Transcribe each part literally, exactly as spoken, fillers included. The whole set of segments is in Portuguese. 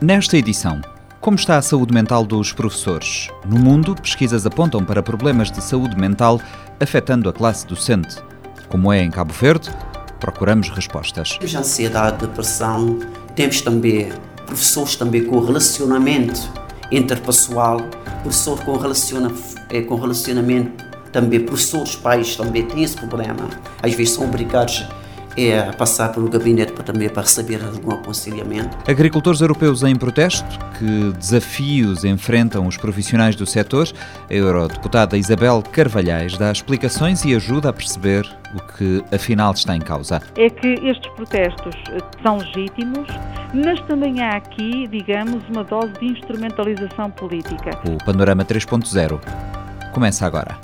Nesta edição, como está a saúde mental dos professores? No mundo, pesquisas apontam para problemas de saúde mental afetando a classe docente. Como é em Cabo Verde, procuramos respostas. Temos ansiedade, depressão, temos também professores também com relacionamento interpessoal, professor com, relaciona, com relacionamento, também professores, pais também têm esse problema. Às vezes são obrigados é passar pelo gabinete para também para receber algum aconselhamento. Agricultores europeus em protesto, que desafios enfrentam os profissionais do setor? A eurodeputada Isabel Carvalhais dá explicações e ajuda a perceber o que afinal está em causa. É que estes protestos são legítimos, mas também há aqui, digamos, uma dose de instrumentalização política. O Panorama três ponto zero começa agora.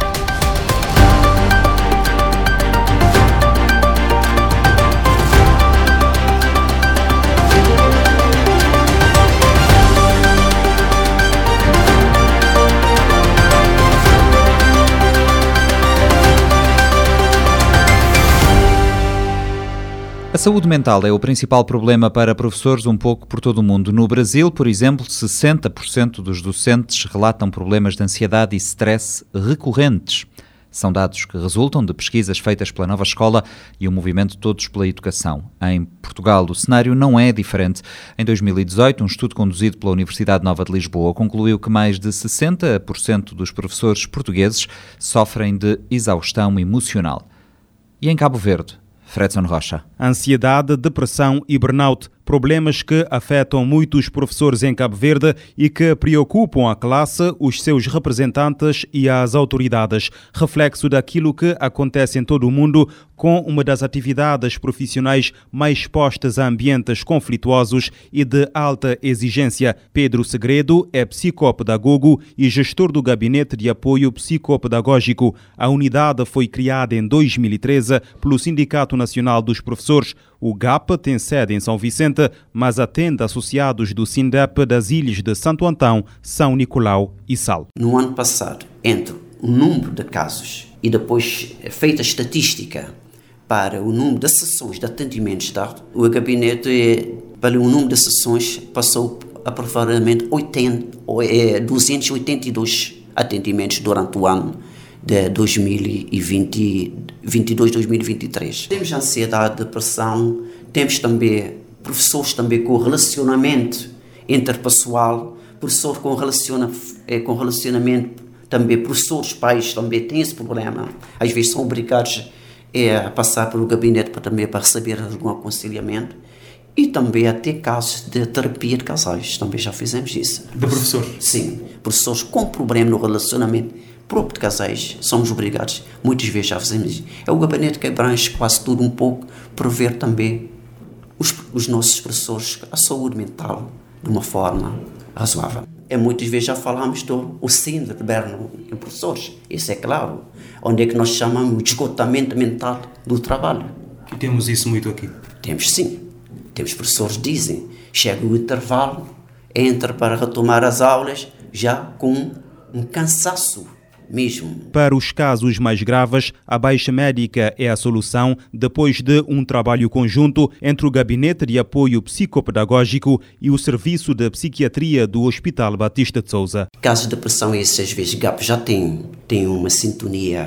A saúde mental é o principal problema para professores um pouco por todo o mundo. No Brasil, por exemplo, sessenta por cento dos docentes relatam problemas de ansiedade e stress recorrentes. São dados que resultam de pesquisas feitas pela Nova Escola e o movimento Todos pela Educação. Em Portugal, o cenário não é diferente. Em dois mil e dezoito, um estudo conduzido pela Universidade Nova de Lisboa concluiu que mais de sessenta por cento dos professores portugueses sofrem de exaustão emocional. E em Cabo Verde? Fredson Rocha. Ansiedade, depressão e burnout, problemas que afetam muitos professores em Cabo Verde e que preocupam a classe, os seus representantes e as autoridades. Reflexo daquilo que acontece em todo o mundo com uma das atividades profissionais mais expostas a ambientes conflituosos e de alta exigência. Pedro Segredo é psicopedagogo e gestor do Gabinete de Apoio Psicopedagógico. A unidade foi criada em dois mil e treze pelo Sindicato Nacional dos Professores. O G A P tem sede em São Vicente, mas atende associados do SINDEP das ilhas de Santo Antão, São Nicolau e Sal. No ano passado, entre o número de casos e depois feita a estatística para o número de sessões de atendimentos dados, o gabinete, para o número de sessões, passou aproximadamente oitenta, duzentos e oitenta e dois atendimentos durante o ano de dois mil e vinte, vinte e dois, dois mil e vinte e três. Temos ansiedade, depressão, temos também professores também com relacionamento interpessoal, professor com, relaciona, com relacionamento, também professores, pais também têm esse problema. Às vezes são obrigados é, a passar pelo gabinete para, também para receber algum aconselhamento. E também até casos de terapia de casais, também já fizemos isso. De professores? Sim, professores com problema no relacionamento próprio de casais, somos obrigados, muitas vezes já fazemos isso. É o gabinete que abrange quase tudo um pouco, para ver também os, os nossos professores, a saúde mental, de uma forma razoável. É, muitas vezes já falamos do o síndrome de Berno em professores, isso é claro, onde é que nós chamamos de esgotamento mental do trabalho. E temos isso muito aqui? Temos sim. Temos professores que dizem, chega o intervalo, entra para retomar as aulas, já com um cansaço mesmo. Para os casos mais graves, a baixa médica é a solução depois de um trabalho conjunto entre o Gabinete de Apoio Psicopedagógico e o Serviço de Psiquiatria do Hospital Batista de Sousa. Casos de depressão, esses às vezes G A P já tem, tem uma sintonia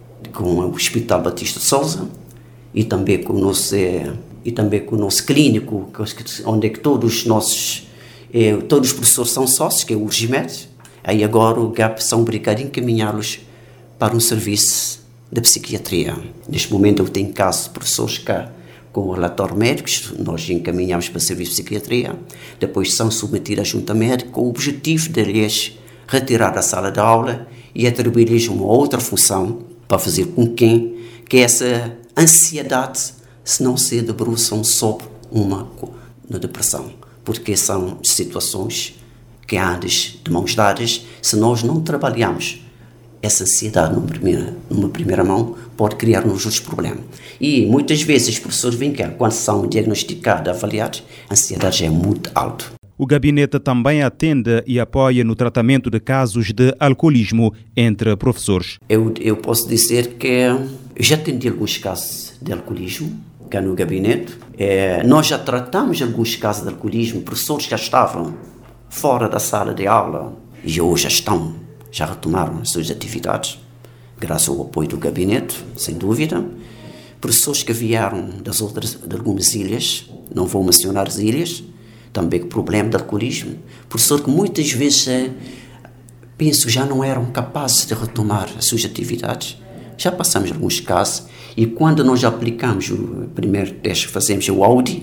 com o Hospital Batista de Sousa e também com o nosso, e também com o nosso clínico, onde é que todos os nossos, todos os professores são sócios, que é o Urgimed. Aí agora o G A P são obrigados a encaminhá-los para um serviço de psiquiatria. Neste momento eu tenho casos de professores cá com relatório médicos, nós encaminhamos para o serviço de psiquiatria, depois são submetidos à junta médica com o objetivo de lhes retirar da sala de aula e atribuir-lhes uma outra função para fazer com quem que essa ansiedade se não se debruçam sobre uma, uma depressão, porque são situações que antes de mãos dadas, se nós não trabalhamos essa ansiedade numa primeira, numa primeira mão, pode criar-nos outros problemas. E muitas vezes os professores vêm cá, quando são diagnosticados, avaliados, a ansiedade já é muito alta. O gabinete também atende e apoia no tratamento de casos de alcoolismo entre professores. Eu, eu posso dizer que eu já atendi alguns casos de alcoolismo cá no gabinete. É, nós já tratamos alguns casos de alcoolismo, professores que já estavam fora da sala de aula e hoje já estão, já retomaram as suas atividades, graças ao apoio do gabinete, sem dúvida. Professores que vieram das outras, de algumas ilhas, não vou mencionar as ilhas, também com problema de alcoolismo. Professor que muitas vezes, é, penso, já não eram capazes de retomar as suas atividades. Já passamos alguns casos e quando nós aplicamos o primeiro teste que fazemos, o Audi,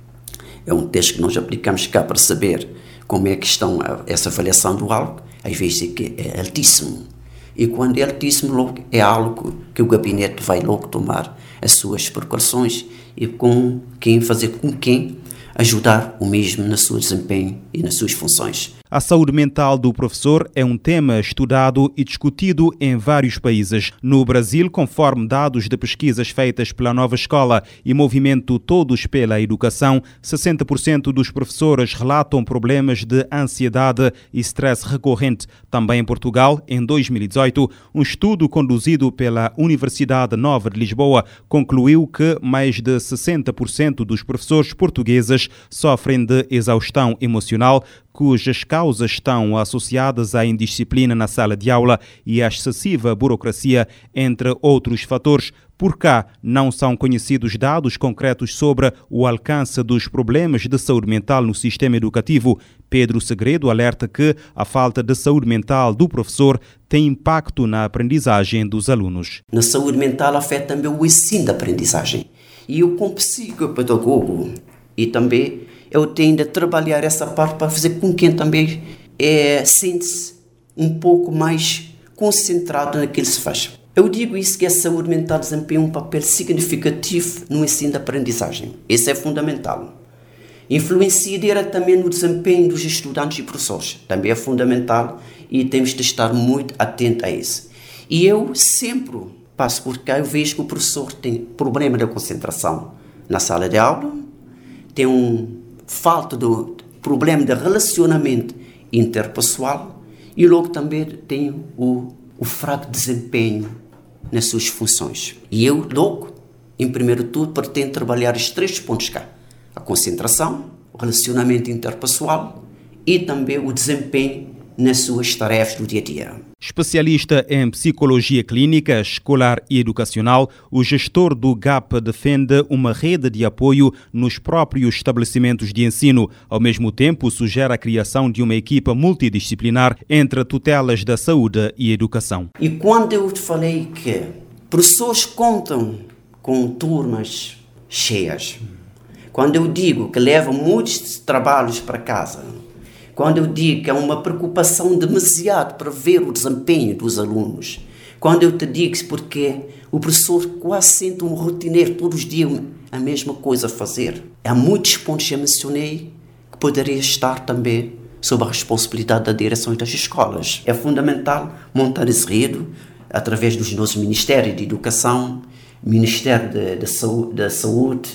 é um teste que nós aplicamos cá para saber como é que estão essa avaliação do álcool, às vezes é que é altíssimo. E quando é altíssimo, logo é algo que o gabinete vai logo tomar as suas precauções e com quem fazer com quem ajudar o mesmo no seu desempenho e nas suas funções. A saúde mental do professor é um tema estudado e discutido em vários países. No Brasil, conforme dados de pesquisas feitas pela Nova Escola e Movimento Todos pela Educação, sessenta por cento dos professores relatam problemas de ansiedade e stress recorrente. Também em Portugal, em dois mil e dezoito, um estudo conduzido pela Universidade Nova de Lisboa concluiu que mais de sessenta por cento dos professores portugueses sofrem de exaustão emocional, cujas causas estão associadas à indisciplina na sala de aula e à excessiva burocracia, entre outros fatores. Por cá, não são conhecidos dados concretos sobre o alcance dos problemas de saúde mental no sistema educativo. Pedro Segredo alerta que a falta de saúde mental do professor tem impacto na aprendizagem dos alunos. Na saúde mental afeta também o ensino da aprendizagem. E eu, como psicopedagogo, e também eu tenho de trabalhar essa parte para fazer com quem também é, sente-se um pouco mais concentrado naquilo que se faz. Eu digo isso que a saúde mental desempenha um papel significativo no ensino da aprendizagem. Isso é fundamental. Influencia diretamente no desempenho dos estudantes e professores. Também é fundamental e temos de estar muito atentos a isso. E eu sempre passo por cá, eu vejo que o professor tem problema de concentração na sala de aula, tem um falta do problema de relacionamento interpessoal e logo também tem o, o fraco desempenho nas suas funções. E eu, logo, em primeiro tudo, pretendo trabalhar os três pontos cá. A concentração, o relacionamento interpessoal e também o desempenho nas suas tarefas do dia a dia. Especialista em psicologia clínica, escolar e educacional, o gestor do G A P defende uma rede de apoio nos próprios estabelecimentos de ensino. Ao mesmo tempo, sugere a criação de uma equipa multidisciplinar entre tutelas da saúde e educação. E quando eu te falei que professores contam com turmas cheias, quando eu digo que levam muitos trabalhos para casa, quando eu digo que é uma preocupação demasiado para ver o desempenho dos alunos, quando eu te digo porque o professor quase sente um rotineiro todos os dias a mesma coisa a fazer, há muitos pontos que eu mencionei que poderia estar também sob a responsabilidade das direções das escolas. É fundamental montar esse rede através dos nossos Ministérios de Educação, Ministério de, de Saúde, da Saúde,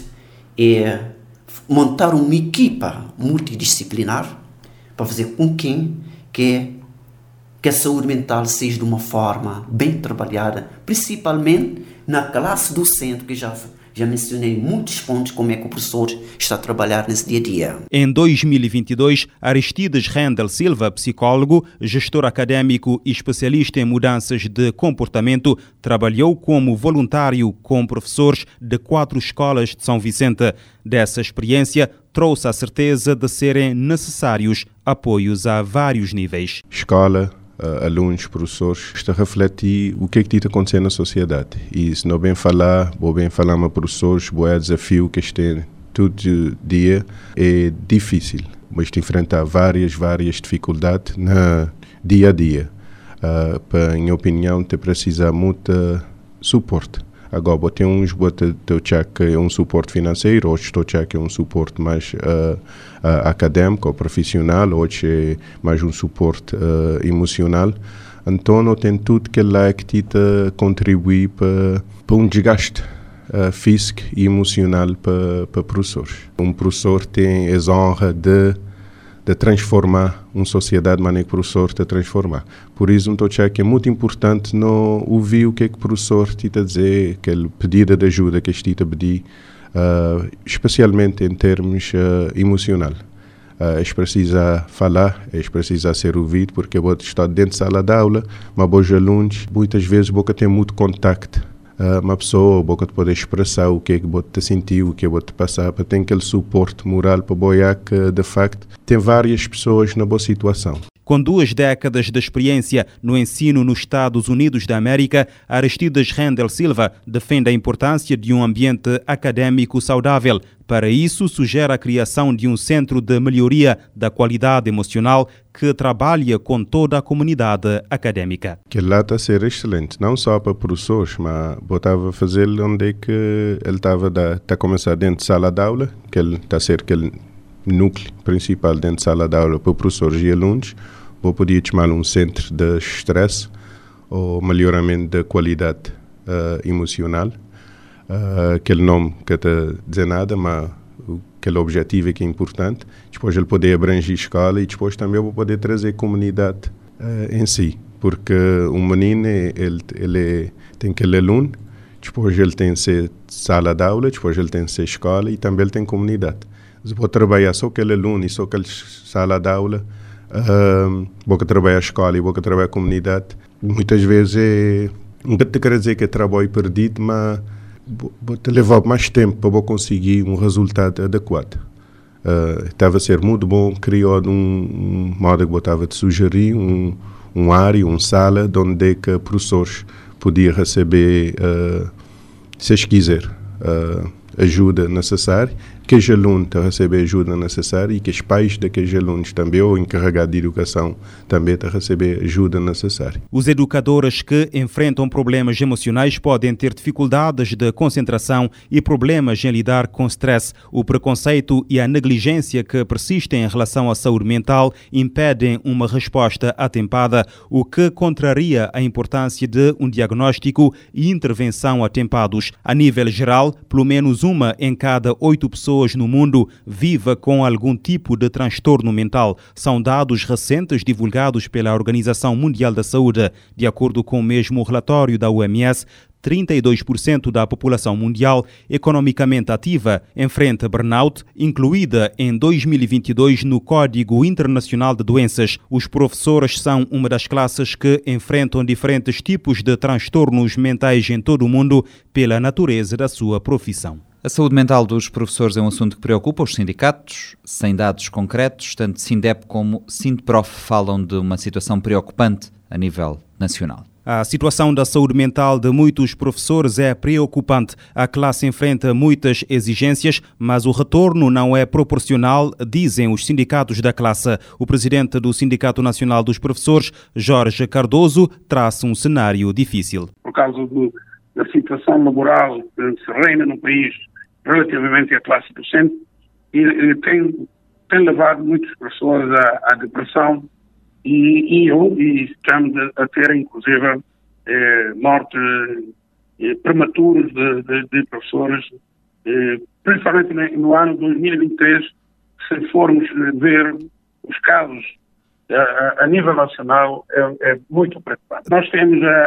e montar uma equipa multidisciplinar para fazer com quem quer que a saúde mental seja de uma forma bem trabalhada, principalmente na classe docente, que já, já mencionei muitos pontos como é que o professor está a trabalhar nesse dia a dia. Em dois mil e vinte e dois, Aristides Rendel Silva, psicólogo, gestor académico e especialista em mudanças de comportamento, trabalhou como voluntário com professores de quatro escolas de São Vicente. Dessa experiência, trouxe a certeza de serem necessários apoios a vários níveis. Escola, uh, alunos, professores, está a refletir o que é que está acontecendo na sociedade. E se não bem falar, vou bem falar com professores, é desafio que este todo dia é difícil. Mas te enfrentar várias, várias dificuldades no dia a dia. Uh, para, em minha opinião, te precisa muito suporte. Agora, tem uns que é um suporte financeiro, outros que é um suporte mais uh, uh, acadêmico ou profissional, outros é mais um suporte uh, emocional. Então, não tem tudo que lá que te contribui para, para um desgaste uh, físico e emocional para, para professores. Um professor tem a honra de de transformar uma sociedade de maneira que o professor te transformar. Por isso, então, que é muito importante não ouvir o que é que o professor te a dizer, aquele pedido de ajuda que este te pedir, uh, especialmente em termos uh, emocional. Uh, eles precisam falar, eles precisam ser ouvidos, porque eu estou dentro da sala de aula, mas os alunos, muitas vezes, boca tem muito contacto. Uh, uma pessoa, boca pode expressar o que é que você sentiu, o que é que você passar, para ter aquele suporte moral para boiar que, de facto, tem várias pessoas na boa situação. Com duas décadas de experiência no ensino nos Estados Unidos da América, Aristides Rendel Silva defende a importância de um ambiente académico saudável. Para isso, sugere a criação de um centro de melhoria da qualidade emocional que trabalha com toda a comunidade académica. Que lá está a ser excelente, não só para professores, mas botava a fazer onde é que ele estava a começar dentro de sala de aula, que ele está a ser aquele núcleo principal dentro de sala de aula para professores e alunos. Vou poder chamar um centro de estresse ou melhoramento da qualidade uh, emocional. Uh, aquele nome que está dizer nada, mas aquele objetivo é que é importante. Depois ele poder abranger a escola e depois também vou poder trazer a comunidade uh, em si. Porque um menino, ele, ele é, tem aquele aluno, depois ele tem ser sala de aula, depois ele tem ser escola e também ele tem comunidade. Se vou trabalhar só aquele aluno e só aquela sala de aula, Uh, vou trabalhar a escola e vou trabalhar a comunidade. Muitas vezes é, não te quero dizer que é trabalho perdido, mas vou te levar mais tempo para vou conseguir um resultado adequado. Uh, estava a ser muito bom, criou um, um modo que eu estava a sugerir, um, um área, uma sala, onde é que professores podiam receber, uh, se eles quiserem, uh, ajuda necessária, que os alunos recebem ajuda necessária e que os pais daqueles alunos também, ou encarregados de educação, também recebem ajuda necessária. Os educadores que enfrentam problemas emocionais podem ter dificuldades de concentração e problemas em lidar com stress. O preconceito e a negligência que persistem em relação à saúde mental impedem uma resposta atempada, o que contraria a importância de um diagnóstico e intervenção atempados. A nível geral, pelo menos uma em cada oito pessoas no mundo vive com algum tipo de transtorno mental. São dados recentes divulgados pela Organização Mundial da Saúde. De acordo com o mesmo relatório da O M S, trinta e dois por cento da população mundial economicamente ativa enfrenta burnout, incluída em dois mil e vinte e dois no Código Internacional de Doenças. Os professores são uma das classes que enfrentam diferentes tipos de transtornos mentais em todo o mundo pela natureza da sua profissão. A saúde mental dos professores é um assunto que preocupa os sindicatos. Sem dados concretos, tanto Sindep como Sindprof falam de uma situação preocupante a nível nacional. A situação da saúde mental de muitos professores é preocupante. A classe enfrenta muitas exigências, mas o retorno não é proporcional, dizem os sindicatos da classe. O presidente do Sindicato Nacional dos Professores, Jorge Cardoso, traça um cenário difícil. Por causa do, da situação laboral que se reina no país relativamente à classe docente, e, e tem, tem levado muitos professores à, à depressão. E, e, eu, e estamos a, a ter, inclusive, eh, mortes eh, prematuras de, de, de professores, eh, principalmente no ano dois mil e vinte e três, se formos ver os casos a, a nível nacional, é, é muito preocupante. Nós temos a, a,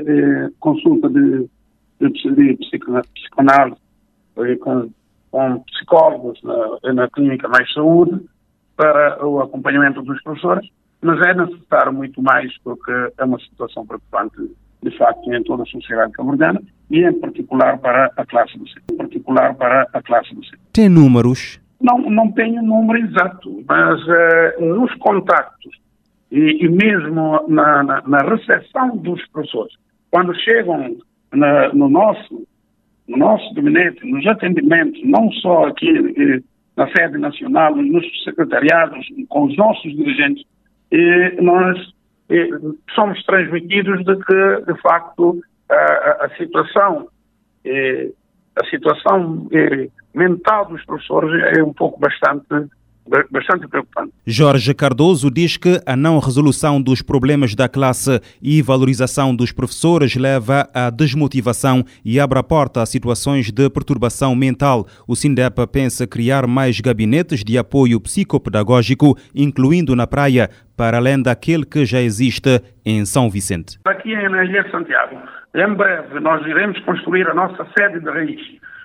a consulta de, de, de psicanálise eh, com, com psicólogos na, na Clínica Mais Saúde para o acompanhamento dos professores. Mas é necessário muito mais, porque é uma situação preocupante, de facto, em toda a sociedade cabo-verdiana e, em particular, para a classe docente. Em particular, para a classe docente. Tem números? Não, não tenho número exato, mas uh, nos contactos e, e mesmo na, na, na recepção dos professores, quando chegam na, no, nosso, no nosso gabinete, nos atendimentos, não só aqui eh, na sede nacional, nos secretariados, com os nossos dirigentes, e nós e, somos transmitidos de que, de facto, a, a situação, e, a situação e, mental dos professores é um pouco bastante, bastante preocupante. Jorge Cardoso diz que a não resolução dos problemas da classe e valorização dos professores leva à desmotivação e abre a porta a situações de perturbação mental. O Sindep pensa criar mais gabinetes de apoio psicopedagógico, incluindo na praia, para além daquele que já existe em São Vicente. Aqui na Ilha de Santiago, em breve nós iremos construir a nossa sede de raiz,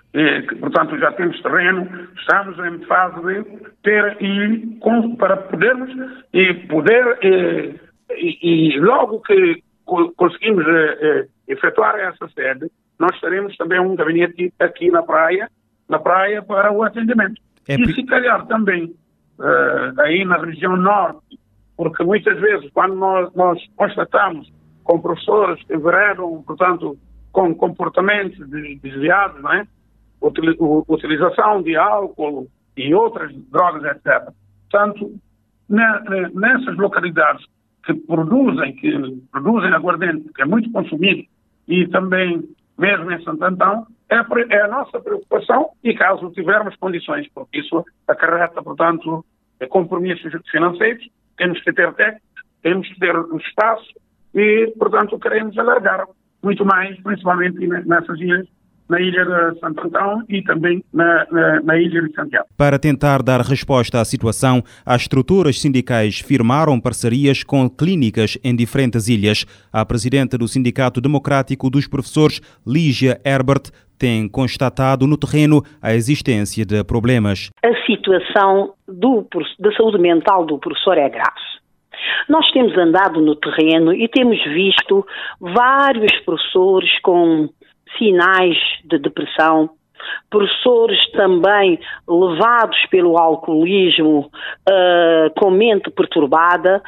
eh, que, portanto, já temos terreno, estamos em fase de ter e com, para podermos e poder eh, e, e logo que co- conseguimos eh, eh, efetuar essa sede, nós teremos também um gabinete aqui na praia, na praia para o atendimento. É e pri- se calhar também uh, aí na região norte, porque muitas vezes quando nós, nós constatamos com professores que veredam, portanto, com comportamentos desviados, não é? Util, utilização de álcool e outras drogas, etcétera. Portanto, na, nessas localidades que produzem, que produzem aguardente, que é muito consumido, e também mesmo em Santo Antão, é, é a nossa preocupação, e caso tivermos condições, porque isso acarreta, portanto, compromissos financeiros, temos que ter técnicos, temos que ter um espaço e, portanto, queremos alargar muito mais, principalmente nessas ilhas, na ilha de Santo Antão e também na, na, na ilha de Santiago. Para tentar dar resposta à situação, as estruturas sindicais firmaram parcerias com clínicas em diferentes ilhas. A presidente do Sindicato Democrático dos Professores, Lígia Herbert, tem constatado no terreno a existência de problemas. A situação do, da saúde mental do professor é grave. Nós temos andado no terreno e temos visto vários professores com sinais de depressão, professores também levados pelo alcoolismo, uh, com mente perturbada.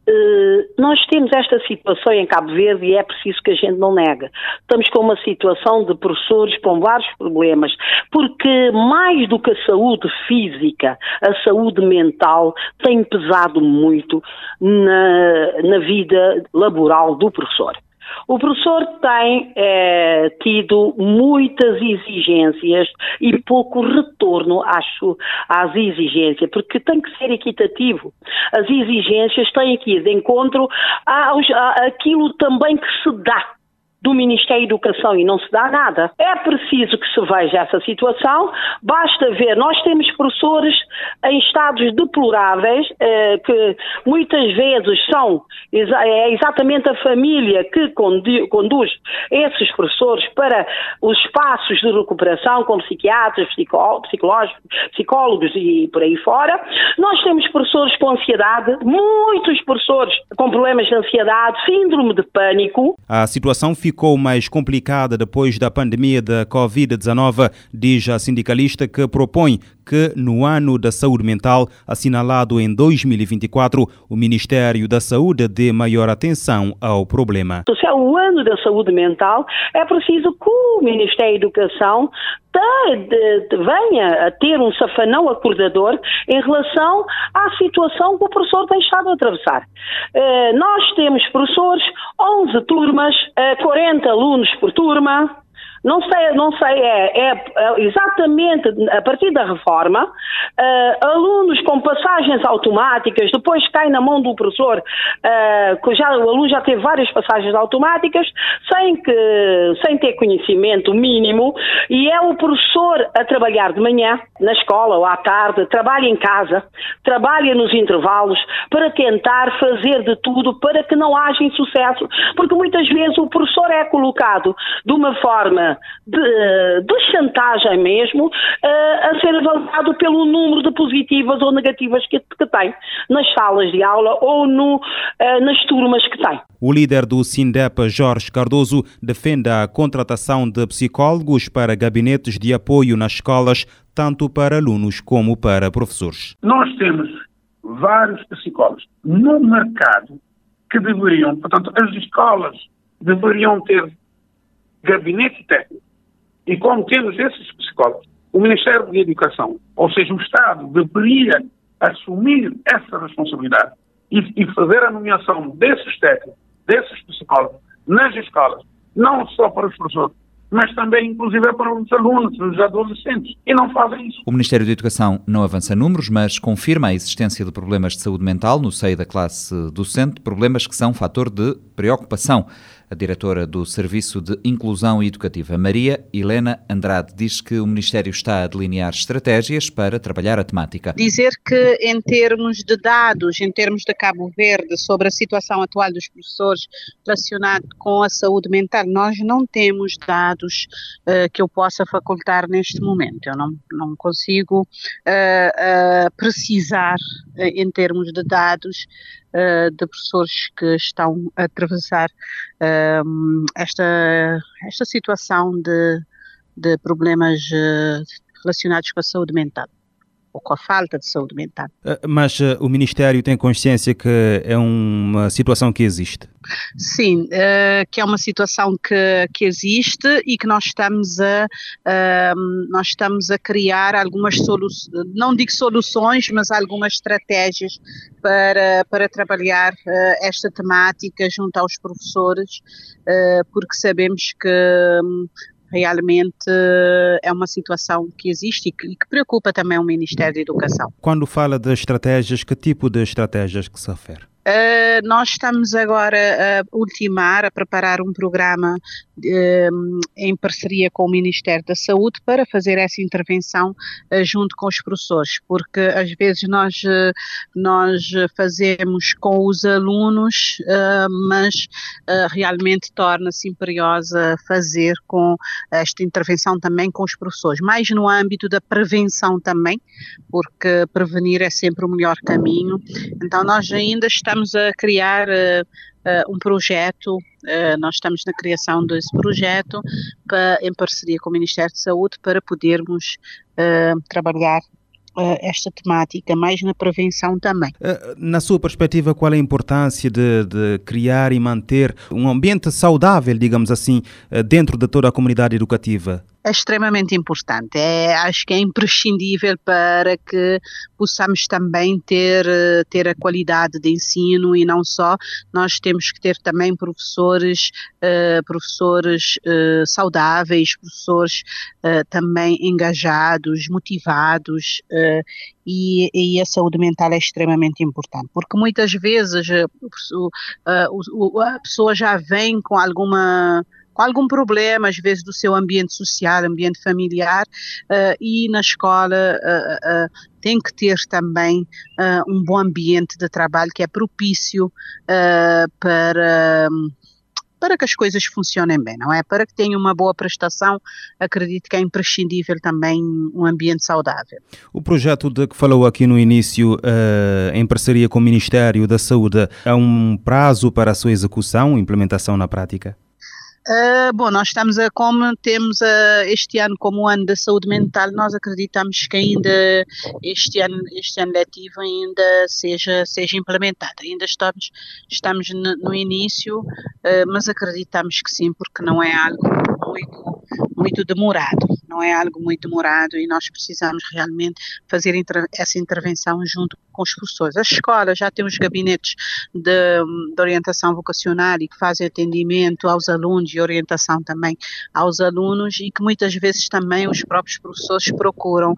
Uh, nós temos esta situação em Cabo Verde e é preciso que a gente não negue. Estamos com uma situação de professores com vários problemas, porque mais do que a saúde física, a saúde mental tem pesado muito na, na vida laboral do professor. O professor tem é, tido muitas exigências e pouco retorno, acho, às exigências, porque tem que ser equitativo. As exigências têm que ir de encontro aos, àquilo também que se dá do Ministério da Educação e não se dá nada. É preciso que se veja essa situação, basta ver, nós temos professores em estados deploráveis, eh, que muitas vezes são, é exatamente a família que conduz esses professores para os espaços de recuperação, como psiquiatras, psicólogos, psicólogos e por aí fora. Nós temos professores com ansiedade, muitos professores com problemas de ansiedade, síndrome de pânico. A situação ficou mais complicada depois da pandemia da covid dezenove, diz a sindicalista, que propõe que no ano da saúde mental, assinalado em dois mil e vinte e quatro, o Ministério da Saúde dê maior atenção ao problema. Se é o ano da saúde mental, é preciso que o Ministério da Educação de, de, de, venha a ter um safanão acordador em relação à situação que o professor tem estado a atravessar. Uh, nós temos professores, onze turmas, uh, quarenta alunos por turma. Não sei, não sei, é, é, é exatamente a partir da reforma, uh, alunos com passagens automáticas, depois cai na mão do professor, uh, que já, o aluno já teve várias passagens automáticas, sem, que, sem ter conhecimento mínimo, e é o professor a trabalhar de manhã, na escola ou à tarde, trabalha em casa, trabalha nos intervalos, para tentar fazer de tudo para que não haja insucesso, porque muitas vezes o professor é colocado de uma forma De, de chantagem mesmo, uh, a ser avaliado pelo número de positivas ou negativas que, que tem nas salas de aula ou no, uh, nas turmas que tem. O líder do SINDEP, Jorge Cardoso, defende a contratação de psicólogos para gabinetes de apoio nas escolas, tanto para alunos como para professores. Nós temos vários psicólogos no mercado que deveriam, portanto, as escolas deveriam ter gabinete técnico. E como temos esses psicólogos, o Ministério da Educação, ou seja, o Estado, deveria assumir essa responsabilidade e, e fazer a nomeação desses técnicos, desses psicólogos, nas escolas, não só para os professores, mas também, inclusive, para os alunos, os adolescentes, e não fazem isso. O Ministério da Educação não avança números, mas confirma a existência de problemas de saúde mental no seio da classe docente, problemas que são fator de preocupação. A diretora do Serviço de Inclusão Educativa, Maria Helena Andrade, diz que o Ministério está a delinear estratégias para trabalhar a temática. Dizer que em termos de dados, em termos de Cabo Verde, sobre a situação atual dos professores relacionado com a saúde mental, nós não temos dados uh, que eu possa facultar neste momento. Eu não, não consigo uh, uh, precisar uh, em termos de dados uh, de professores que estão a atravessar uh, esta, esta situação de, de problemas uh, relacionados com a saúde mental, ou com a falta de saúde mental. Mas uh, o Ministério tem consciência que é uma situação que existe? Sim, uh, que é uma situação que, que existe e que nós estamos a, uh, nós estamos a criar algumas soluções, não digo soluções, mas algumas estratégias para, para trabalhar uh, esta temática junto aos professores, uh, porque sabemos que um, realmente é uma situação que existe e que, e que preocupa também o Ministério da Educação. Quando fala de estratégias, que tipo de estratégias que se refere? Uh, nós estamos agora a ultimar, a preparar um programa uh, em parceria com o Ministério da Saúde para fazer essa intervenção uh, junto com os professores, porque às vezes nós, uh, nós fazemos com os alunos, uh, mas uh, realmente torna-se imperiosa fazer com esta intervenção também com os professores, mais no âmbito da prevenção também, porque prevenir é sempre o melhor caminho. Então nós ainda estamos Estamos a criar uh, uh, um projeto, uh, nós estamos na criação desse projeto para, em parceria com o Ministério da Saúde para podermos uh, trabalhar uh, esta temática, mais na prevenção também. Uh, na sua perspectiva, qual é a importância de, de criar e manter um ambiente saudável, digamos assim, uh, dentro de toda a comunidade educativa? É extremamente importante, é, acho que é imprescindível para que possamos também ter, ter a qualidade de ensino e não só, nós temos que ter também professores, uh, professores uh, saudáveis, professores uh, também engajados, motivados uh, e, e a saúde mental é extremamente importante, porque muitas vezes uh, uh, a pessoa já vem com alguma... com algum problema, às vezes, do seu ambiente social, ambiente familiar, uh, e na escola uh, uh, tem que ter também uh, um bom ambiente de trabalho que é propício uh, para... para que as coisas funcionem bem, não é? Para que tenha uma boa prestação, acredito que é imprescindível também um ambiente saudável. O projeto de que falou aqui no início, uh, em parceria com o Ministério da Saúde, há um prazo para a sua execução, implementação na prática? Uh, bom, nós estamos a, como temos a, este ano como o ano da saúde mental, nós acreditamos que ainda este ano, este ano letivo ainda seja, seja implementado. Ainda estamos, estamos no, no início, uh, mas acreditamos que sim, porque não é algo muito, muito demorado, não é algo muito demorado e nós precisamos realmente fazer inter, essa intervenção junto com os professores. As escolas já têm os gabinetes de, de orientação vocacional e que fazem atendimento aos alunos e orientação também aos alunos e que muitas vezes também os próprios professores procuram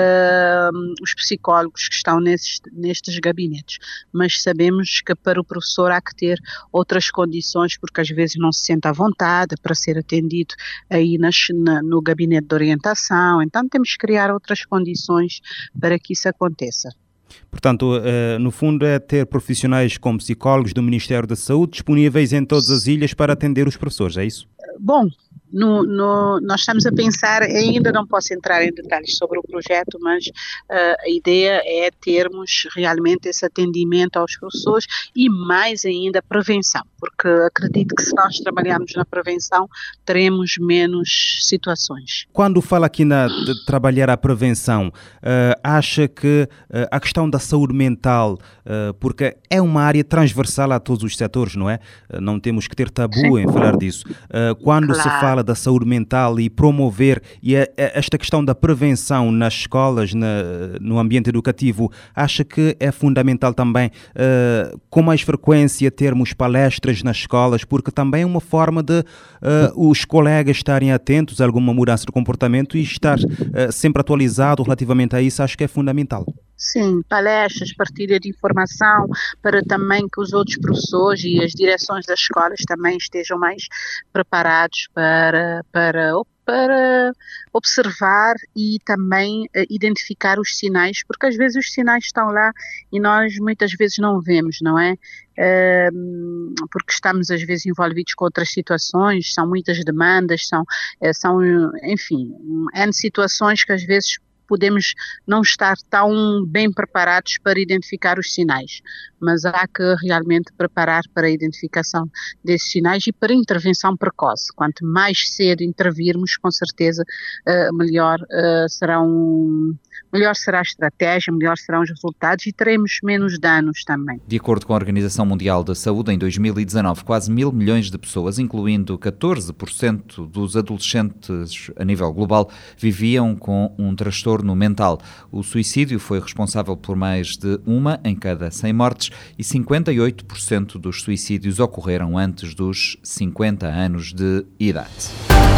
uh, os psicólogos que estão nesses, nestes gabinetes, mas sabemos que para o professor há que ter outras condições porque às vezes não se sente à vontade para ser atendido aí nas, na, no gabinete de orientação, então temos que criar outras condições para que isso aconteça. Portanto, no fundo é ter profissionais como psicólogos do Ministério da Saúde disponíveis em todas as ilhas para atender os professores, é isso? Bom, no, no, nós estamos a pensar, ainda não posso entrar em detalhes sobre o projeto, mas uh, a ideia é termos realmente esse atendimento aos professores e mais ainda a prevenção, porque acredito que se nós trabalharmos na prevenção teremos menos situações. Quando fala aqui na, de trabalhar a prevenção, uh, acha que uh, a questão da saúde mental, uh, porque é uma área transversal a todos os setores, não é? Uh, não temos que ter tabu Sim. em falar disso. Uh, quando claro. se fala da saúde mental e promover e a, a, esta questão da prevenção nas escolas, na, no ambiente educativo, acha que é fundamental também, uh, com mais frequência, termos palestras nas escolas, porque também é uma forma de uh, os colegas estarem atentos a alguma mudança de comportamento e estar uh, sempre atualizado relativamente a isso, acho que é fundamental. Sim, palestras, partilha de informação, para também que os outros professores e as direções das escolas também estejam mais preparados para, para, para observar e também uh, identificar os sinais, porque às vezes os sinais estão lá e nós muitas vezes não vemos, não é? Uh, porque estamos às vezes envolvidos com outras situações, são muitas demandas, são, uh, são enfim, N situações que às vezes podemos não estar tão bem preparados para identificar os sinais, mas há que realmente preparar para a identificação desses sinais e para a intervenção precoce. Quanto mais cedo intervirmos, com certeza uh, melhor, uh, serão, melhor será a estratégia, melhor serão os resultados e teremos menos danos também. De acordo com a Organização Mundial da Saúde, em dois mil e dezanove, quase mil milhões de pessoas, incluindo catorze por cento dos adolescentes a nível global, viviam com um transtorno mental. O suicídio foi responsável por mais de uma em cada cem mortes e cinquenta e oito por cento dos suicídios ocorreram antes dos cinquenta anos de idade.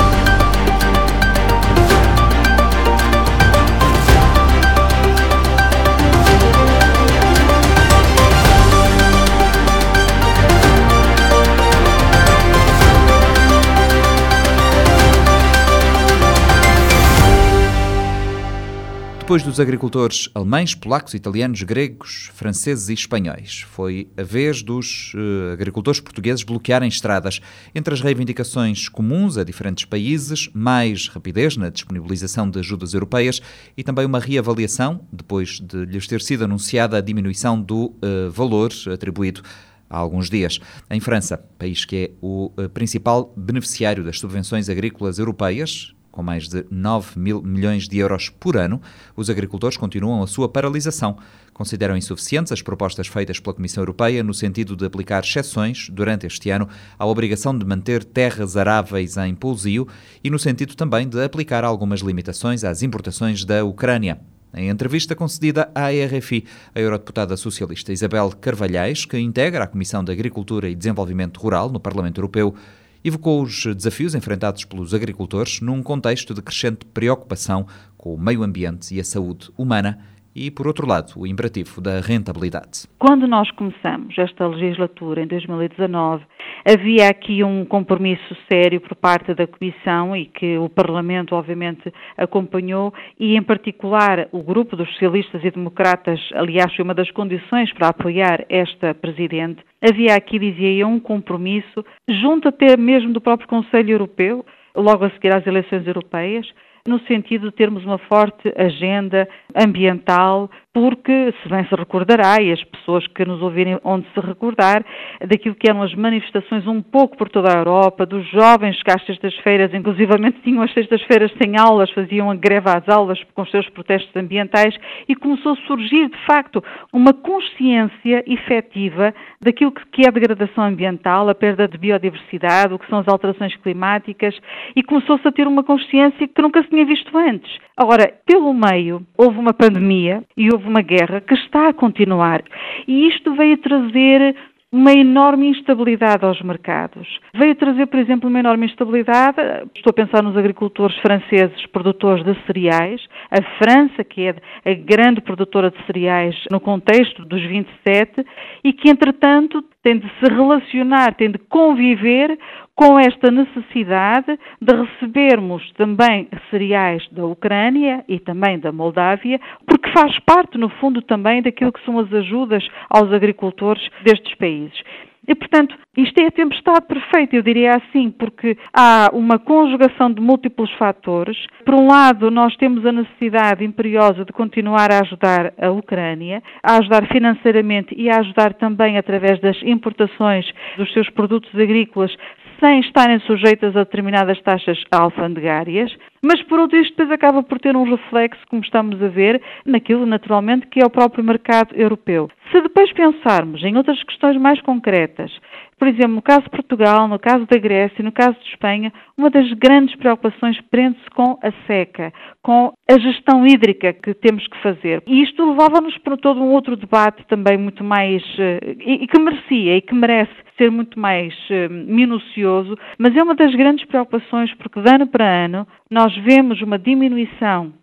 Depois dos agricultores alemães, polacos, italianos, gregos, franceses e espanhóis, foi a vez dos uh, agricultores portugueses bloquearem estradas. Entre as reivindicações comuns a diferentes países, mais rapidez na disponibilização de ajudas europeias e também uma reavaliação, depois de lhes ter sido anunciada a diminuição do uh, valor atribuído há alguns dias. Em França, país que é o uh, principal beneficiário das subvenções agrícolas europeias, com mais de nove mil milhões de euros por ano, os agricultores continuam a sua paralisação. Consideram insuficientes as propostas feitas pela Comissão Europeia no sentido de aplicar exceções, durante este ano, à obrigação de manter terras aráveis em pousio e no sentido também de aplicar algumas limitações às importações da Ucrânia. Em entrevista concedida à R F I, a eurodeputada socialista Isabel Carvalhais, que integra a Comissão de Agricultura e Desenvolvimento Rural no Parlamento Europeu, evocou os desafios enfrentados pelos agricultores num contexto de crescente preocupação com o meio ambiente e a saúde humana e, por outro lado, o imperativo da rentabilidade. Quando nós começamos esta legislatura, em dois mil e dezanove, havia aqui um compromisso sério por parte da Comissão e que o Parlamento, obviamente, acompanhou e, em particular, o grupo dos socialistas e democratas, aliás, foi uma das condições para apoiar esta Presidente. Havia aqui, dizia eu, um compromisso, junto até mesmo do próprio Conselho Europeu, logo a seguir às eleições europeias, no sentido de termos uma forte agenda ambiental, porque, se bem se recordará, e as pessoas que nos ouvirem onde se recordar, daquilo que eram as manifestações um pouco por toda a Europa, dos jovens que às sextas-feiras, inclusivamente tinham as sextas-feiras sem aulas, faziam a greve às aulas com os seus protestos ambientais, e começou a surgir, de facto, uma consciência efetiva daquilo que é a degradação ambiental, a perda de biodiversidade, o que são as alterações climáticas, e começou-se a ter uma consciência que nunca se tinha visto antes. Agora, pelo meio, houve uma pandemia e houve uma guerra que está a continuar. E isto veio trazer uma enorme instabilidade aos mercados. Veio trazer, por exemplo, uma enorme instabilidade, estou a pensar nos agricultores franceses produtores de cereais, a França, que é a grande produtora de cereais no contexto dos vinte e sete, e que, entretanto, tem de se relacionar, tem de conviver com esta necessidade de recebermos também cereais da Ucrânia e também da Moldávia, porque faz parte, no fundo, também daquilo que são as ajudas aos agricultores destes países. E, portanto, isto é a tempestade perfeita, eu diria assim, porque há uma conjugação de múltiplos fatores. Por um lado, nós temos a necessidade imperiosa de continuar a ajudar a Ucrânia, a ajudar financeiramente e a ajudar também através das importações dos seus produtos agrícolas, sem estarem sujeitas a determinadas taxas alfandegárias, mas por outro isto depois acaba por ter um reflexo, como estamos a ver, naquilo naturalmente que é o próprio mercado europeu. Se depois pensarmos em outras questões mais concretas, por exemplo, no caso de Portugal, no caso da Grécia, no caso de Espanha, uma das grandes preocupações prende-se com a seca, com a gestão hídrica que temos que fazer. E isto levava-nos para todo um outro debate também muito mais, e que merecia e que merece ser muito mais minucioso, mas é uma das grandes preocupações porque de ano para ano nós vemos uma diminuição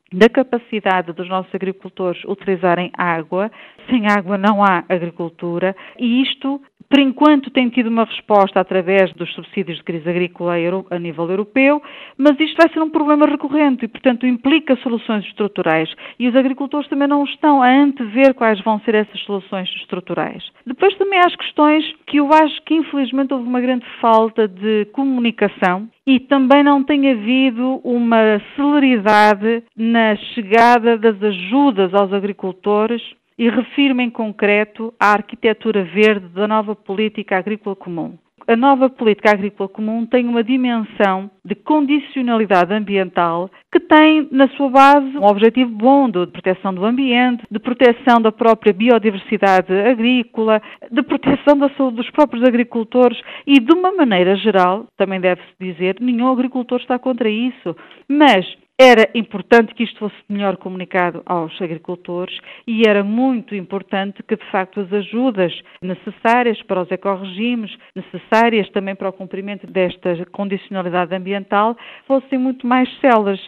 da capacidade dos nossos agricultores utilizarem água. Sem água não há agricultura e isto, por enquanto, tem tido uma resposta através dos subsídios de crise agrícola a nível europeu, mas isto vai ser um problema recorrente e, portanto, implica soluções estruturais e os agricultores também não estão a antever quais vão ser essas soluções estruturais. Depois também há as questões que eu acho que, infelizmente, houve uma grande falta de comunicação e também não tem havido uma celeridade na chegada das ajudas aos agricultores e refiro-me em concreto à arquitetura verde da nova política agrícola comum. A nova política agrícola comum tem uma dimensão de condicionalidade ambiental que tem na sua base um objetivo bom de proteção do ambiente, de proteção da própria biodiversidade agrícola, de proteção da saúde dos próprios agricultores e, de uma maneira geral, também deve-se dizer, nenhum agricultor está contra isso, mas era importante que isto fosse melhor comunicado aos agricultores e era muito importante que, de facto, as ajudas necessárias para os ecorregimes, necessárias também para o cumprimento desta condicionalidade ambiental, fossem muito mais céleres.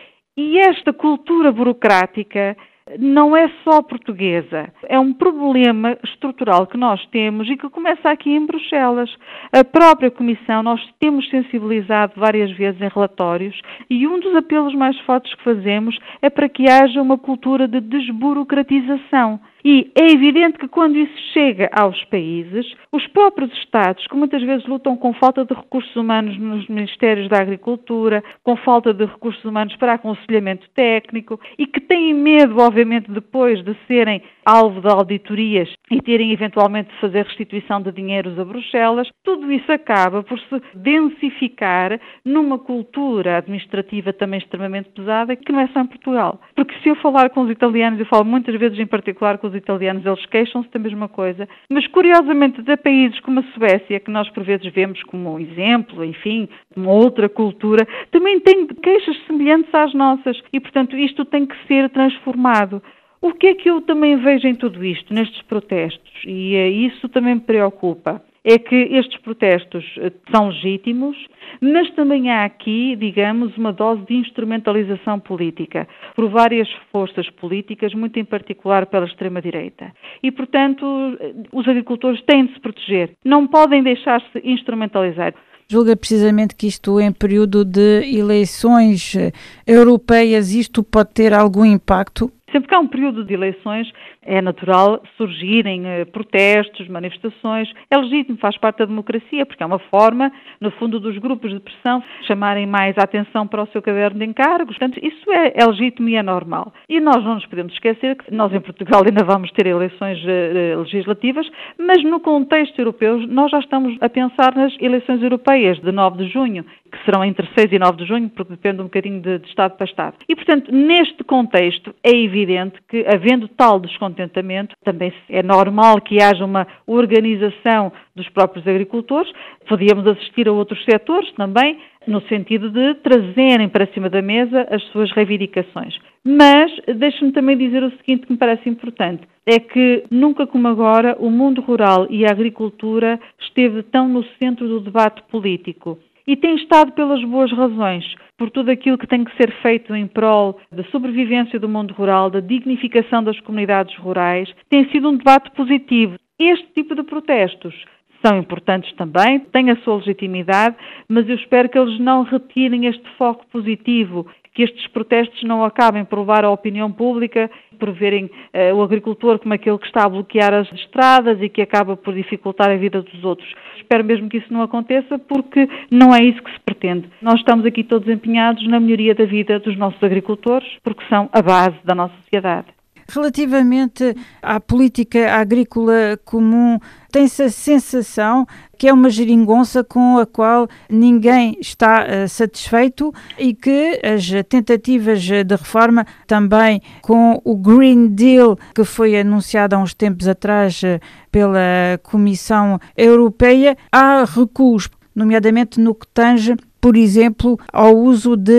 E esta cultura burocrática não é só portuguesa, é um problema estrutural que nós temos e que começa aqui em Bruxelas. A própria Comissão, nós temos sensibilizado várias vezes em relatórios e um dos apelos mais fortes que fazemos é para que haja uma cultura de desburocratização. E é evidente que quando isso chega aos países, os próprios Estados, que muitas vezes lutam com falta de recursos humanos nos Ministérios da Agricultura, com falta de recursos humanos para aconselhamento técnico e que têm medo, obviamente, depois de serem alvo de auditorias e terem eventualmente de fazer restituição de dinheiros a Bruxelas, tudo isso acaba por se densificar numa cultura administrativa também extremamente pesada que não é só em Portugal. Porque se eu falar com os italianos, eu falo muitas vezes em particular com os italianos, eles queixam-se da mesma coisa, mas curiosamente de países como a Suécia, que nós por vezes vemos como exemplo, enfim, uma outra cultura, também têm queixas semelhantes às nossas e, portanto, isto tem que ser transformado. O que é que eu também vejo em tudo isto, nestes protestos, e é, isso também me preocupa, é que estes protestos são legítimos, mas também há aqui, digamos, uma dose de instrumentalização política por várias forças políticas, muito em particular pela extrema-direita. E, portanto, os agricultores têm de se proteger, não podem deixar-se instrumentalizar. Julga precisamente que isto, em período de eleições europeias, isto pode ter algum impacto? Sempre que há um período de eleições, é natural surgirem eh, protestos, manifestações. É legítimo, faz parte da democracia, porque é uma forma, no fundo, dos grupos de pressão chamarem mais a atenção para o seu caderno de encargos. Portanto, isso é, é legítimo e é normal. E nós não nos podemos esquecer que nós, em Portugal, ainda vamos ter eleições eh, legislativas, mas no contexto europeu, nós já estamos a pensar nas eleições europeias de nove de junho, que serão entre seis e nove de junho, porque depende um bocadinho de, de Estado para Estado. E, portanto, neste contexto, é evidente que, havendo tal descontentamento, também é normal que haja uma organização dos próprios agricultores. Podíamos assistir a outros setores também, no sentido de trazerem para cima da mesa as suas reivindicações. Mas, deixe-me também dizer o seguinte que me parece importante, é que nunca como agora o mundo rural e a agricultura esteve tão no centro do debate político. E tem estado pelas boas razões, por tudo aquilo que tem que ser feito em prol da sobrevivência do mundo rural, da dignificação das comunidades rurais. Tem sido um debate positivo. Este tipo de protestos são importantes também, têm a sua legitimidade, mas eu espero que eles não retirem este foco positivo, que estes protestos não acabem por levar a opinião pública, por verem uh, o agricultor como aquele que está a bloquear as estradas e que acaba por dificultar a vida dos outros. Espero mesmo que isso não aconteça, porque não é isso que se pretende. Nós estamos aqui todos empenhados na melhoria da vida dos nossos agricultores, porque são a base da nossa sociedade. Relativamente à política agrícola comum, tem-se a sensação que é uma geringonça com a qual ninguém está uh, satisfeito e que as tentativas de reforma, também com o Green Deal, que foi anunciado há uns tempos atrás uh, pela Comissão Europeia, há recuos, nomeadamente no que tange, por exemplo, ao uso de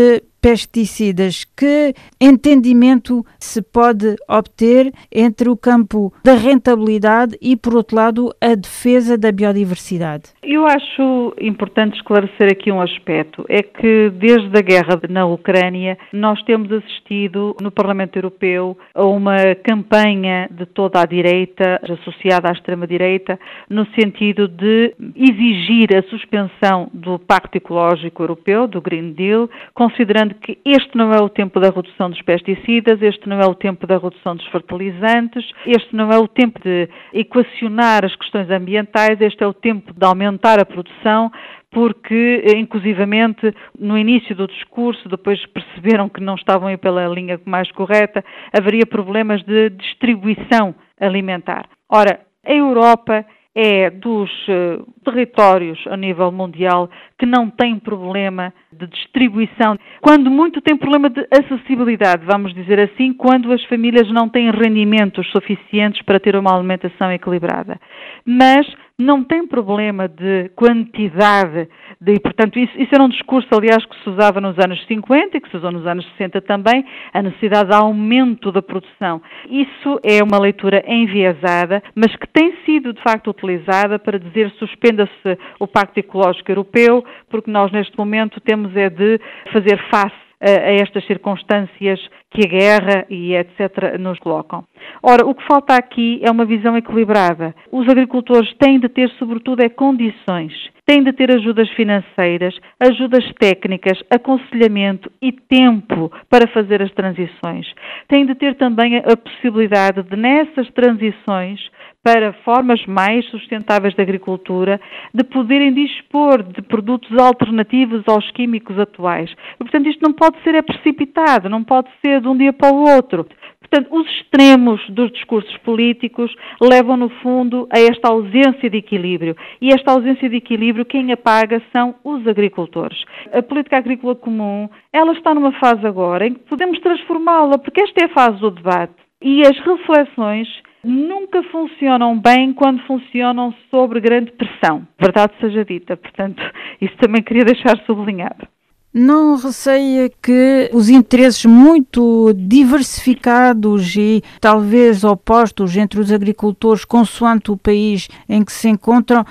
pesticidas, que entendimento se pode obter entre o campo da rentabilidade e, por outro lado, a defesa da biodiversidade? Eu acho importante esclarecer aqui um aspecto, é que desde a guerra na Ucrânia nós temos assistido no Parlamento Europeu a uma campanha de toda a direita, associada à extrema-direita, no sentido de exigir a suspensão do Pacto Ecológico Europeu, do Green Deal, considerando que este não é o tempo da redução dos pesticidas, este não é o tempo da redução dos fertilizantes, este não é o tempo de equacionar as questões ambientais, este é o tempo de aumentar a produção, porque, inclusivamente, no início do discurso, depois perceberam que não estavam aí pela linha mais correta, haveria problemas de distribuição alimentar. Ora, a Europa é dos uh, territórios a nível mundial que não tem problema de distribuição. Quando muito tem problema de acessibilidade, vamos dizer assim, quando as famílias não têm rendimentos suficientes para ter uma alimentação equilibrada. Mas não tem problema de quantidade, de, portanto, isso, isso era um discurso, aliás, que se usava nos anos cinquenta e que se usou nos anos sessenta também, a necessidade de aumento da produção. Isso é uma leitura enviesada, mas que tem sido, de facto, utilizada para dizer suspenda-se o Pacto Ecológico Europeu, porque nós, neste momento, temos é de fazer face a estas circunstâncias que a guerra e etcétera nos colocam. Ora, o que falta aqui é uma visão equilibrada. Os agricultores têm de ter, sobretudo, é condições, têm de ter ajudas financeiras, ajudas técnicas, aconselhamento e tempo para fazer as transições. Têm de ter também a possibilidade de, nessas transições, para formas mais sustentáveis de agricultura, de poderem dispor de produtos alternativos aos químicos atuais. E, portanto, isto não pode ser é precipitado, não pode ser de um dia para o outro. Portanto, os extremos dos discursos políticos levam, no fundo, a esta ausência de equilíbrio. E esta ausência de equilíbrio, quem a paga são os agricultores. A política agrícola comum, ela está numa fase agora em que podemos transformá-la, porque esta é a fase do debate. E as reflexões nunca funcionam bem quando funcionam sob grande pressão. Verdade seja dita. Portanto, isso também queria deixar sublinhado. Não receia que os interesses muito diversificados e talvez opostos entre os agricultores, consoante o país em que se encontram,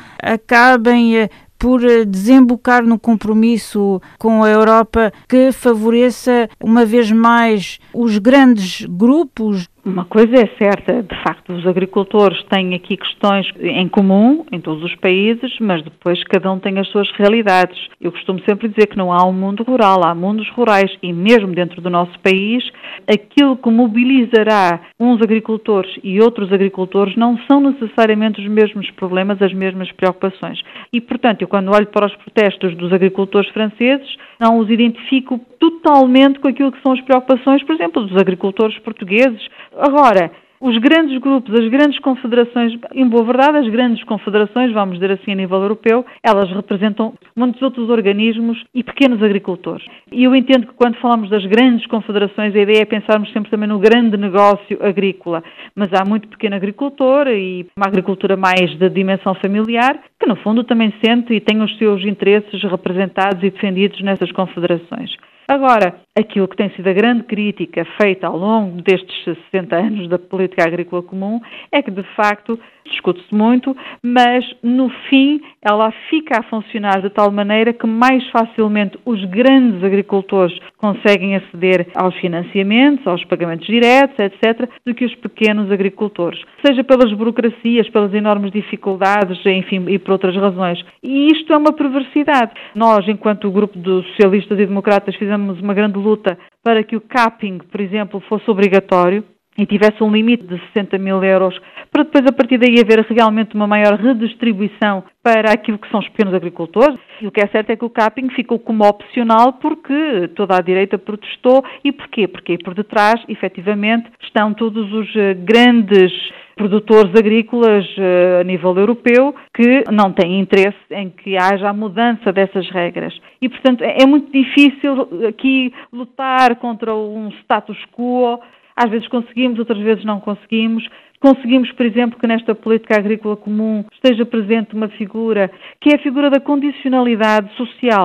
acabem por desembocar num compromisso com a Europa que favoreça, uma vez mais, os grandes grupos? Uma coisa é certa, de facto, os agricultores têm aqui questões em comum em todos os países, mas depois cada um tem as suas realidades. Eu costumo sempre dizer que não há um mundo rural, há mundos rurais e mesmo dentro do nosso país, aquilo que mobilizará uns agricultores e outros agricultores não são necessariamente os mesmos problemas, as mesmas preocupações. E, portanto, eu quando olho para os protestos dos agricultores franceses, não os identifico totalmente com aquilo que são as preocupações, por exemplo, dos agricultores portugueses. Agora, os grandes grupos, as grandes confederações, em boa verdade, as grandes confederações, vamos dizer assim a nível europeu, elas representam muitos outros organismos e pequenos agricultores. E eu entendo que quando falamos das grandes confederações, a ideia é pensarmos sempre também no grande negócio agrícola, mas há muito pequeno agricultor e uma agricultura mais de dimensão familiar, que no fundo também sente e tem os seus interesses representados e defendidos nessas confederações. Agora, aquilo que tem sido a grande crítica feita ao longo destes sessenta anos da política agrícola comum é que, de facto, discute-se muito, mas, no fim, ela fica a funcionar de tal maneira que mais facilmente os grandes agricultores conseguem aceder aos financiamentos, aos pagamentos diretos, etcétera, do que os pequenos agricultores. Seja pelas burocracias, pelas enormes dificuldades, enfim, e por outras razões. E isto é uma perversidade. Nós, enquanto grupo dos socialistas e democratas, fizemos uma grande luta para que o capping, por exemplo, fosse obrigatório e tivesse um limite de sessenta mil euros, para depois a partir daí haver realmente uma maior redistribuição para aquilo que são os pequenos agricultores. E o que é certo é que o capping ficou como opcional porque toda a direita protestou. E porquê? Porque por detrás, efetivamente, estão todos os grandes produtores agrícolas a nível europeu que não têm interesse em que haja a mudança dessas regras. E, portanto, é muito difícil aqui lutar contra um status quo. Às vezes conseguimos, outras vezes não conseguimos. Conseguimos, por exemplo, que nesta política agrícola comum esteja presente uma figura que é a figura da condicionalidade social,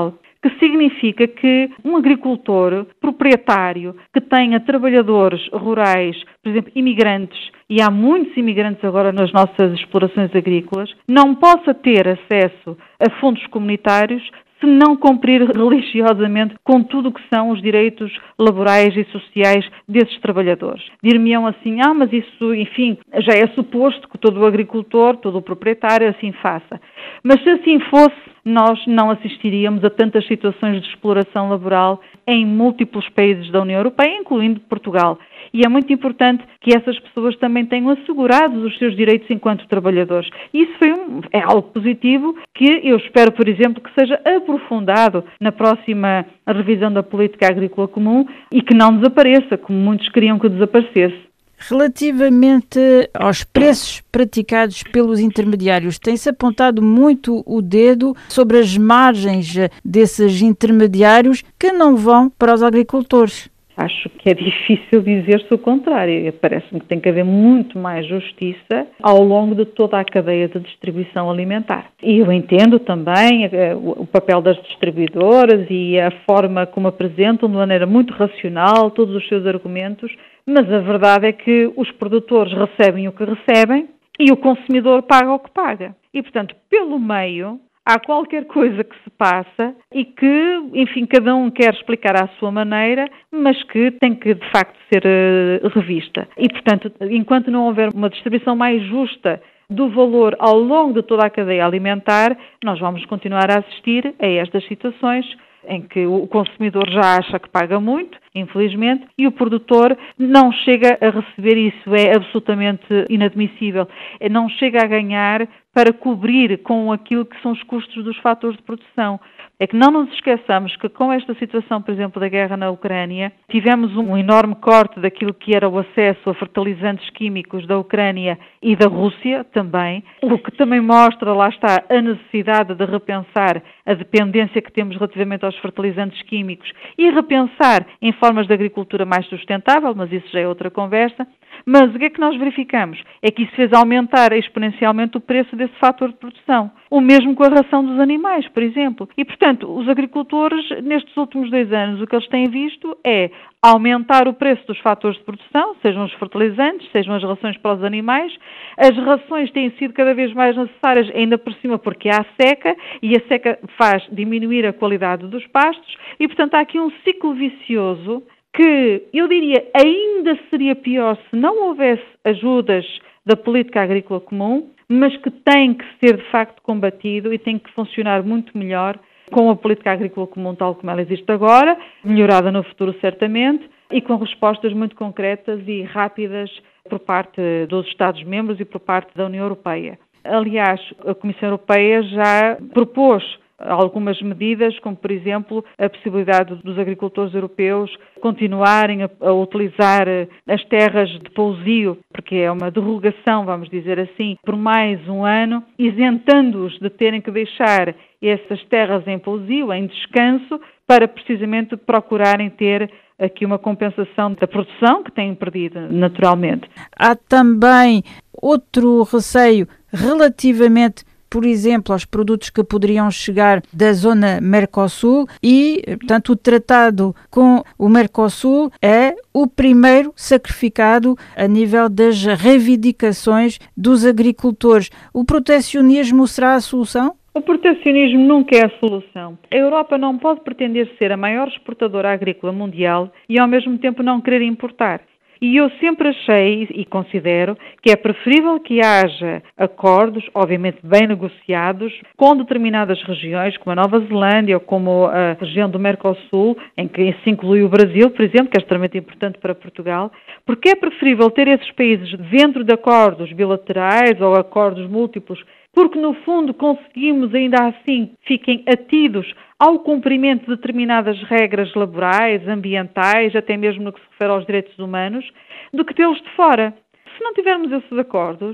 que significa que um agricultor proprietário que tenha trabalhadores rurais, por exemplo, imigrantes, e há muitos imigrantes agora nas nossas explorações agrícolas, não possa ter acesso a fundos comunitários se não cumprir religiosamente com tudo o que são os direitos laborais e sociais desses trabalhadores. Dir-me-ão assim, ah, mas isso, enfim, já é suposto que todo o agricultor, todo o proprietário assim faça. Mas se assim fosse, nós não assistiríamos a tantas situações de exploração laboral em múltiplos países da União Europeia, incluindo Portugal. E é muito importante que essas pessoas também tenham assegurados os seus direitos enquanto trabalhadores. E isso foi um, é algo positivo que eu espero, por exemplo, que seja aprofundado na próxima revisão da política agrícola comum e que não desapareça, como muitos queriam que desaparecesse. Relativamente aos preços praticados pelos intermediários, tem-se apontado muito o dedo sobre as margens desses intermediários que não vão para os agricultores. Acho que é difícil dizer-se o contrário. Parece-me que tem que haver muito mais justiça ao longo de toda a cadeia de distribuição alimentar. E eu entendo também o papel das distribuidoras e a forma como apresentam de maneira muito racional todos os seus argumentos, mas a verdade é que os produtores recebem o que recebem e o consumidor paga o que paga. E, portanto, pelo meio, há qualquer coisa que se passa e que, enfim, cada um quer explicar à sua maneira, mas que tem que, de facto, ser uh, revista. E, portanto, enquanto não houver uma distribuição mais justa do valor ao longo de toda a cadeia alimentar, nós vamos continuar a assistir a estas situações em que o consumidor já acha que paga muito, infelizmente, e o produtor não chega a receber isso, é absolutamente inadmissível. Não chega a ganhar para cobrir com aquilo que são os custos dos fatores de produção. É que não nos esqueçamos que com esta situação, por exemplo, da guerra na Ucrânia, tivemos um enorme corte daquilo que era o acesso a fertilizantes químicos da Ucrânia e da Rússia também, o que também mostra, lá está, a necessidade de repensar a dependência que temos relativamente aos fertilizantes químicos e repensar em formas de agricultura mais sustentável, mas isso já é outra conversa. Mas o que é que nós verificamos? É que isso fez aumentar exponencialmente o preço desse fator de produção. O mesmo com a ração dos animais, por exemplo. E, portanto, os agricultores, nestes últimos dois anos, o que eles têm visto é aumentar o preço dos fatores de produção, sejam os fertilizantes, sejam as rações para os animais. As rações têm sido cada vez mais necessárias, ainda por cima porque há seca, e a seca faz diminuir a qualidade dos pastos, e, portanto, há aqui um ciclo vicioso que eu diria ainda seria pior se não houvesse ajudas da política agrícola comum, mas que tem que ser de facto combatido e tem que funcionar muito melhor com a política agrícola comum tal como ela existe agora, melhorada no futuro certamente, e com respostas muito concretas e rápidas por parte dos Estados-membros e por parte da União Europeia. Aliás, a Comissão Europeia já propôs algumas medidas, como por exemplo a possibilidade dos agricultores europeus continuarem a, a utilizar as terras de pousio, porque é uma derrogação, vamos dizer assim, por mais um ano, isentando-os de terem que deixar essas terras em pousio, em descanso, para precisamente procurarem ter aqui uma compensação da produção que têm perdido naturalmente. Há também outro receio relativamente, por exemplo, aos produtos que poderiam chegar da zona Mercosul e, portanto, o tratado com o Mercosul é o primeiro sacrificado a nível das reivindicações dos agricultores. O protecionismo será a solução? O protecionismo nunca é a solução. A Europa não pode pretender ser a maior exportadora agrícola mundial e, ao mesmo tempo, não querer importar. E eu sempre achei e considero que é preferível que haja acordos, obviamente bem negociados, com determinadas regiões, como a Nova Zelândia ou como a região do Mercosul, em que se inclui o Brasil, por exemplo, que é extremamente importante para Portugal, porque é preferível ter esses países dentro de acordos bilaterais ou acordos múltiplos, porque no fundo conseguimos ainda assim fiquem atidos ao cumprimento de determinadas regras laborais, ambientais, até mesmo no que se refere aos direitos humanos, do que tê-los de fora. Se não tivermos esses acordos,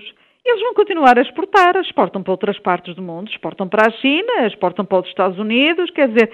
eles vão continuar a exportar, exportam para outras partes do mundo, exportam para a China, exportam para os Estados Unidos, quer dizer,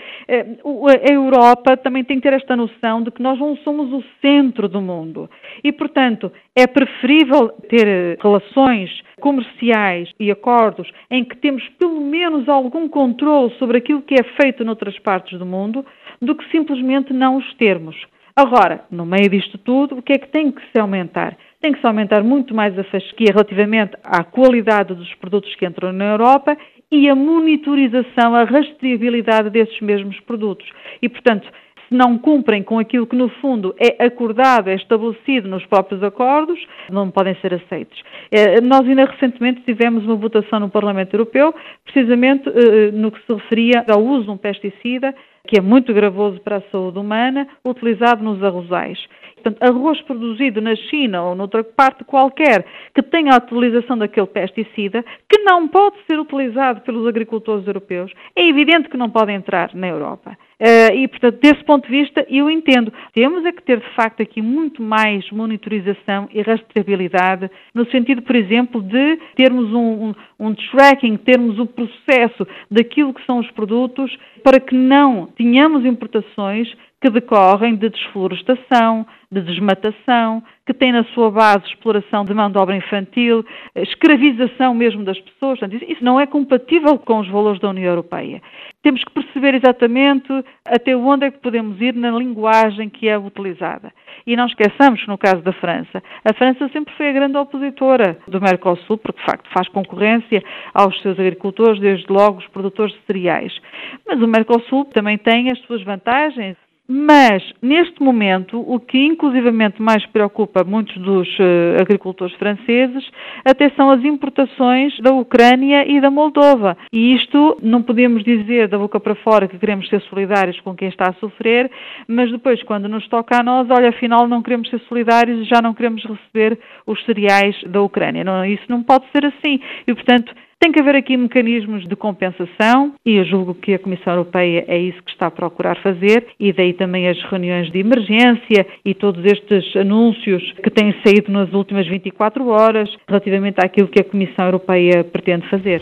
a Europa também tem que ter esta noção de que nós não somos o centro do mundo e, portanto, é preferível ter relações comerciais e acordos em que temos pelo menos algum controle sobre aquilo que é feito noutras partes do mundo do que simplesmente não os termos. Agora, no meio disto tudo, o que é que tem que se aumentar? Tem que se aumentar muito mais a fasquia relativamente à qualidade dos produtos que entram na Europa e a monitorização, a rastreabilidade desses mesmos produtos. E, portanto, se não cumprem com aquilo que, no fundo, é acordado, é estabelecido nos próprios acordos, não podem ser aceitos. Nós ainda recentemente tivemos uma votação no Parlamento Europeu, precisamente no que se referia ao uso de um pesticida, que é muito gravoso para a saúde humana, utilizado nos arrozais. Portanto, arroz produzido na China ou noutra parte qualquer que tenha a utilização daquele pesticida, que não pode ser utilizado pelos agricultores europeus, é evidente que não pode entrar na Europa. Uh, e, portanto, desse ponto de vista, eu entendo. Temos é que ter, de facto, aqui muito mais monitorização e rastreabilidade, no sentido, por exemplo, de termos um, um, um tracking, termos o processo daquilo que são os produtos, para que não tenhamos importações que decorrem de desflorestação, de desmatação, que tem na sua base exploração de mão de obra infantil, escravização mesmo das pessoas. Portanto, isso não é compatível com os valores da União Europeia. Temos que perceber exatamente até onde é que podemos ir na linguagem que é utilizada. E não esqueçamos que, no caso da França, a França sempre foi a grande opositora do Mercosul, porque, de facto, faz concorrência aos seus agricultores, desde logo os produtores de cereais. Mas o Mercosul também tem as suas vantagens. Mas, neste momento, o que inclusivamente mais preocupa muitos dos uh, agricultores franceses até são as importações da Ucrânia e da Moldova. E isto não podemos dizer da boca para fora que queremos ser solidários com quem está a sofrer, mas depois, quando nos toca a nós, olha, afinal não queremos ser solidários e já não queremos receber os cereais da Ucrânia. Não, isso não pode ser assim. E, portanto, tem que haver aqui mecanismos de compensação e eu julgo que a Comissão Europeia é isso que está a procurar fazer e daí também as reuniões de emergência e todos estes anúncios que têm saído nas últimas vinte e quatro horas relativamente àquilo que a Comissão Europeia pretende fazer.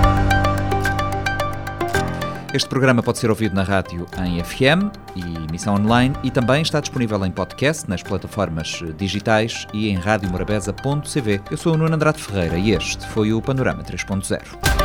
Este programa pode ser ouvido na rádio em F M e emissão online e também está disponível em podcast nas plataformas digitais e em rádio morabeza ponto c v. Eu sou o Nuno Andrade Ferreira e este foi o Panorama três ponto zero.